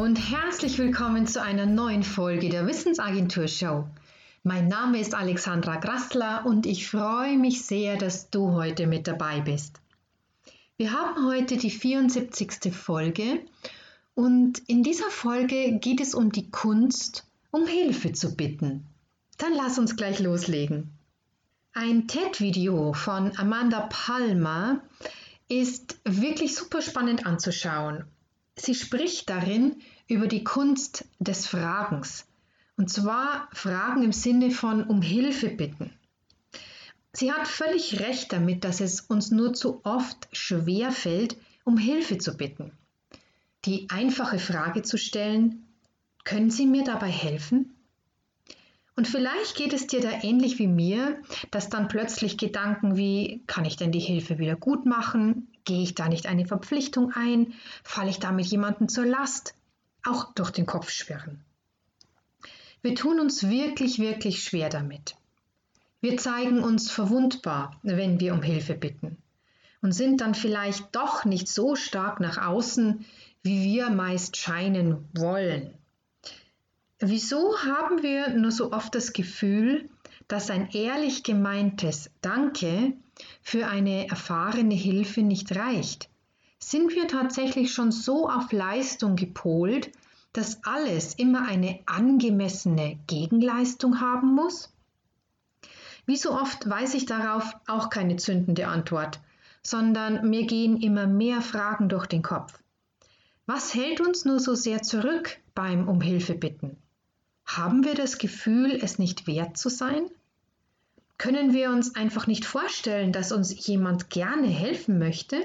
und herzlich willkommen zu einer neuen Folge der Wissensagentur Show. Mein Name ist Alexandra Grassler und ich freue mich sehr, dass du heute mit dabei bist. Wir haben heute die 74. Folge und in dieser Folge geht es um die Kunst, um Hilfe zu bitten. Dann lass uns gleich loslegen. Ein TED-Video von Amanda Palmer ist wirklich super spannend anzuschauen. Sie spricht darin über die Kunst des Fragens, und zwar Fragen im Sinne von um Hilfe bitten. Sie hat völlig recht damit, dass es uns nur zu oft schwer fällt, um Hilfe zu bitten. Die einfache Frage zu stellen: Können Sie mir dabei helfen? Und vielleicht geht es dir da ähnlich wie mir, dass dann plötzlich Gedanken wie: Kann ich denn die Hilfe wieder gut machen? Gehe ich da nicht eine Verpflichtung ein? Falle ich damit jemandem zur Last? Auch durch den Kopf schwirren. Wir tun uns wirklich, wirklich schwer damit. Wir zeigen uns verwundbar, wenn wir um Hilfe bitten und sind dann vielleicht doch nicht so stark nach außen, wie wir meist scheinen wollen. Wieso haben wir nur so oft das Gefühl, dass ein ehrlich gemeintes Danke für eine erfahrene Hilfe nicht reicht? Sind wir tatsächlich schon so auf Leistung gepolt, dass alles immer eine angemessene Gegenleistung haben muss? Wie so oft weiß ich darauf auch keine zündende Antwort, sondern mir gehen immer mehr Fragen durch den Kopf. Was hält uns nur so sehr zurück beim um Hilfe bitten? Haben wir das Gefühl, es nicht wert zu sein? Können wir uns einfach nicht vorstellen, dass uns jemand gerne helfen möchte?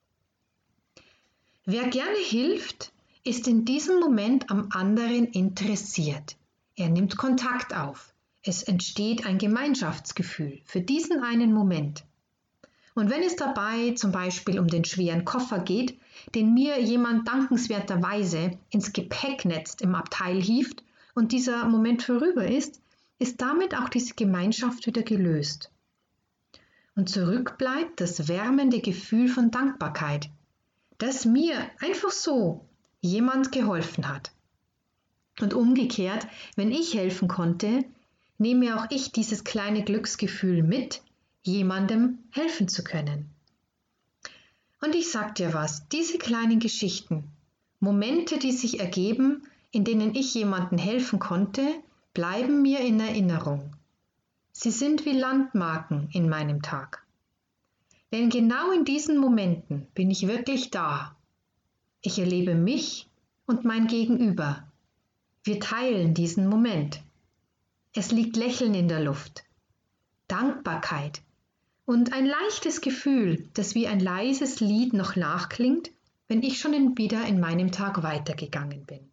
Wer gerne hilft, ist in diesem Moment am anderen interessiert. Er nimmt Kontakt auf. Es entsteht ein Gemeinschaftsgefühl für diesen einen Moment. Und wenn es dabei zum Beispiel um den schweren Koffer geht, den mir jemand dankenswerterweise ins Gepäcknetz im Abteil hieft und dieser Moment vorüber ist damit auch diese Gemeinschaft wieder gelöst. Und zurück bleibt das wärmende Gefühl von Dankbarkeit, dass mir einfach so jemand geholfen hat. Und umgekehrt, wenn ich helfen konnte, nehme auch ich dieses kleine Glücksgefühl mit, jemandem helfen zu können. Und ich sag dir was, diese kleinen Geschichten, Momente, die sich ergeben, in denen ich jemandem helfen konnte, bleiben mir in Erinnerung. Sie sind wie Landmarken in meinem Tag. Denn genau in diesen Momenten bin ich wirklich da. Ich erlebe mich und mein Gegenüber. Wir teilen diesen Moment. Es liegt Lächeln in der Luft, Dankbarkeit und ein leichtes Gefühl, das wie ein leises Lied noch nachklingt, wenn ich schon wieder in meinem Tag weitergegangen bin.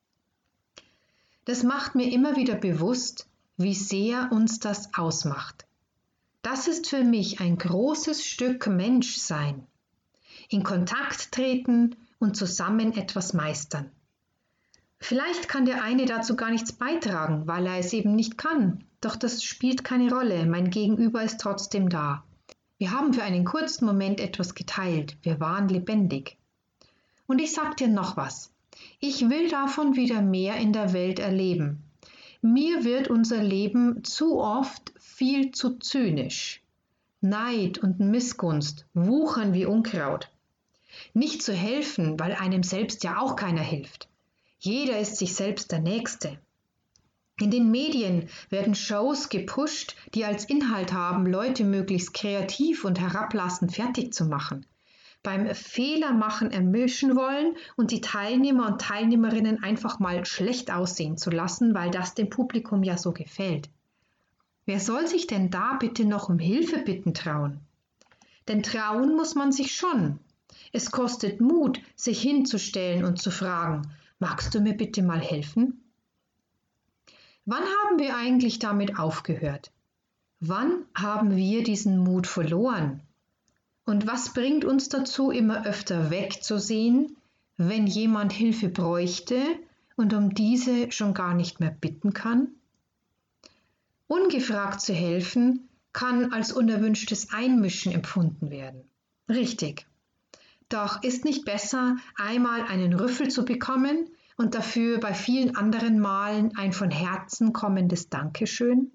Das macht mir immer wieder bewusst, wie sehr uns das ausmacht. Das ist für mich ein großes Stück Menschsein. In Kontakt treten und zusammen etwas meistern. Vielleicht kann der eine dazu gar nichts beitragen, weil er es eben nicht kann. Doch das spielt keine Rolle. Mein Gegenüber ist trotzdem da. Wir haben für einen kurzen Moment etwas geteilt. Wir waren lebendig. Und ich sag dir noch was. Ich will davon wieder mehr in der Welt erleben. Mir wird unser Leben zu oft viel zu zynisch. Neid und Missgunst wuchern wie Unkraut. Nicht zu helfen, weil einem selbst ja auch keiner hilft. Jeder ist sich selbst der Nächste. In den Medien werden Shows gepusht, die als Inhalt haben, Leute möglichst kreativ und herablassend fertig zu machen. Beim Fehlermachen ermischen wollen und die Teilnehmer und Teilnehmerinnen einfach mal schlecht aussehen zu lassen, weil das dem Publikum ja so gefällt. Wer soll sich denn da bitte noch um Hilfe bitten trauen? Denn trauen muss man sich schon. Es kostet Mut, sich hinzustellen und zu fragen: Magst du mir bitte mal helfen? Wann haben wir eigentlich damit aufgehört? Wann haben wir diesen Mut verloren? Und was bringt uns dazu, immer öfter wegzusehen, wenn jemand Hilfe bräuchte und um diese schon gar nicht mehr bitten kann? Ungefragt zu helfen kann als unerwünschtes Einmischen empfunden werden. Richtig. Doch ist nicht besser, einmal einen Rüffel zu bekommen und dafür bei vielen anderen Malen ein von Herzen kommendes Dankeschön?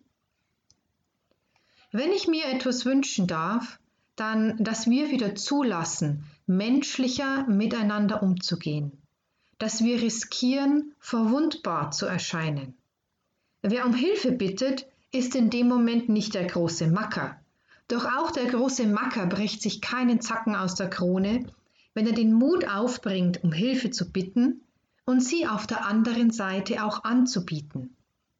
Wenn ich mir etwas wünschen darf, dann, dass wir wieder zulassen, menschlicher miteinander umzugehen, dass wir riskieren, verwundbar zu erscheinen. Wer um Hilfe bittet, ist in dem Moment nicht der große Macker. Doch auch der große Macker bricht sich keinen Zacken aus der Krone, wenn er den Mut aufbringt, um Hilfe zu bitten und sie auf der anderen Seite auch anzubieten.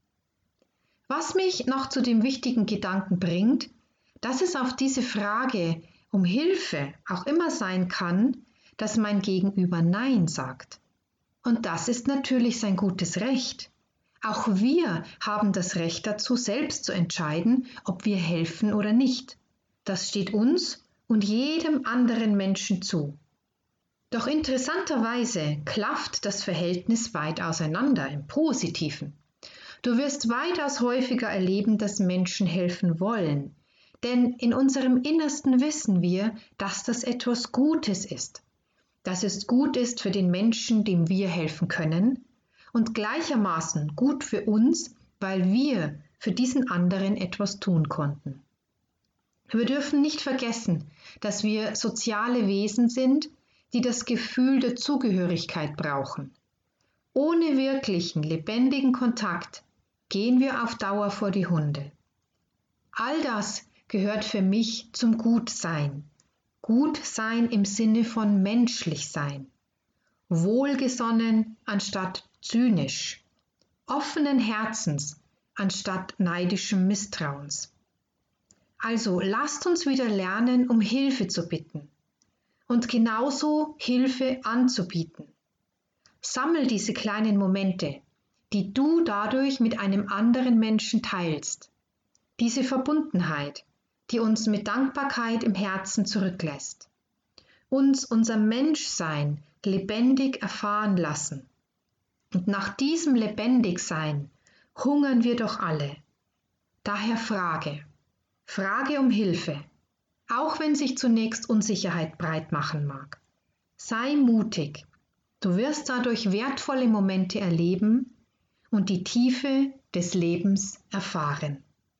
Was mich noch zu dem wichtigen Gedanken bringt, dass es auf diese Frage um Hilfe auch immer sein kann, dass mein Gegenüber Nein sagt. Und das ist natürlich sein gutes Recht. Auch wir haben das Recht dazu, selbst zu entscheiden, ob wir helfen oder nicht. Das steht uns und jedem anderen Menschen zu. Doch interessanterweise klafft das Verhältnis weit auseinander im Positiven. Du wirst weitaus häufiger erleben, dass Menschen helfen wollen, denn in unserem Innersten wissen wir, dass das etwas Gutes ist, dass es gut ist für den Menschen, dem wir helfen können und gleichermaßen gut für uns, weil wir für diesen anderen etwas tun konnten. Wir dürfen nicht vergessen, dass wir soziale Wesen sind, die das Gefühl der Zugehörigkeit brauchen. Ohne wirklichen, lebendigen Kontakt gehen wir auf Dauer vor die Hunde. All das gehört für mich zum Gutsein. Gutsein im Sinne von menschlich sein. Wohlgesonnen anstatt zynisch. Offenen Herzens anstatt neidischem Misstrauens. Also lasst uns wieder lernen, um Hilfe zu bitten und genauso Hilfe anzubieten. Sammel diese kleinen Momente, die du dadurch mit einem anderen Menschen teilst. Diese Verbundenheit, die uns mit Dankbarkeit im Herzen zurücklässt. Uns unser Menschsein lebendig erfahren lassen. Und nach diesem Lebendigsein hungern wir doch alle. Daher Frage um Hilfe, auch wenn sich zunächst Unsicherheit breit machen mag. Sei mutig, du wirst dadurch wertvolle Momente erleben und die Tiefe des Lebens erfahren.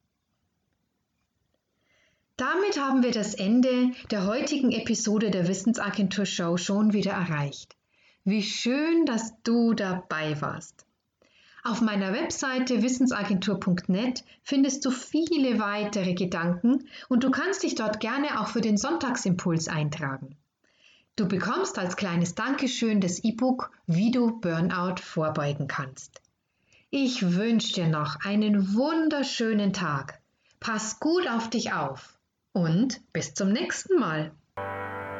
Damit haben wir das Ende der heutigen Episode der Wissensagentur Show schon wieder erreicht. Wie schön, dass du dabei warst. Auf meiner Webseite wissensagentur.net findest du viele weitere Gedanken und du kannst dich dort gerne auch für den Sonntagsimpuls eintragen. Du bekommst als kleines Dankeschön das E-Book, wie du Burnout vorbeugen kannst. Ich wünsche dir noch einen wunderschönen Tag. Pass gut auf dich auf und bis zum nächsten Mal.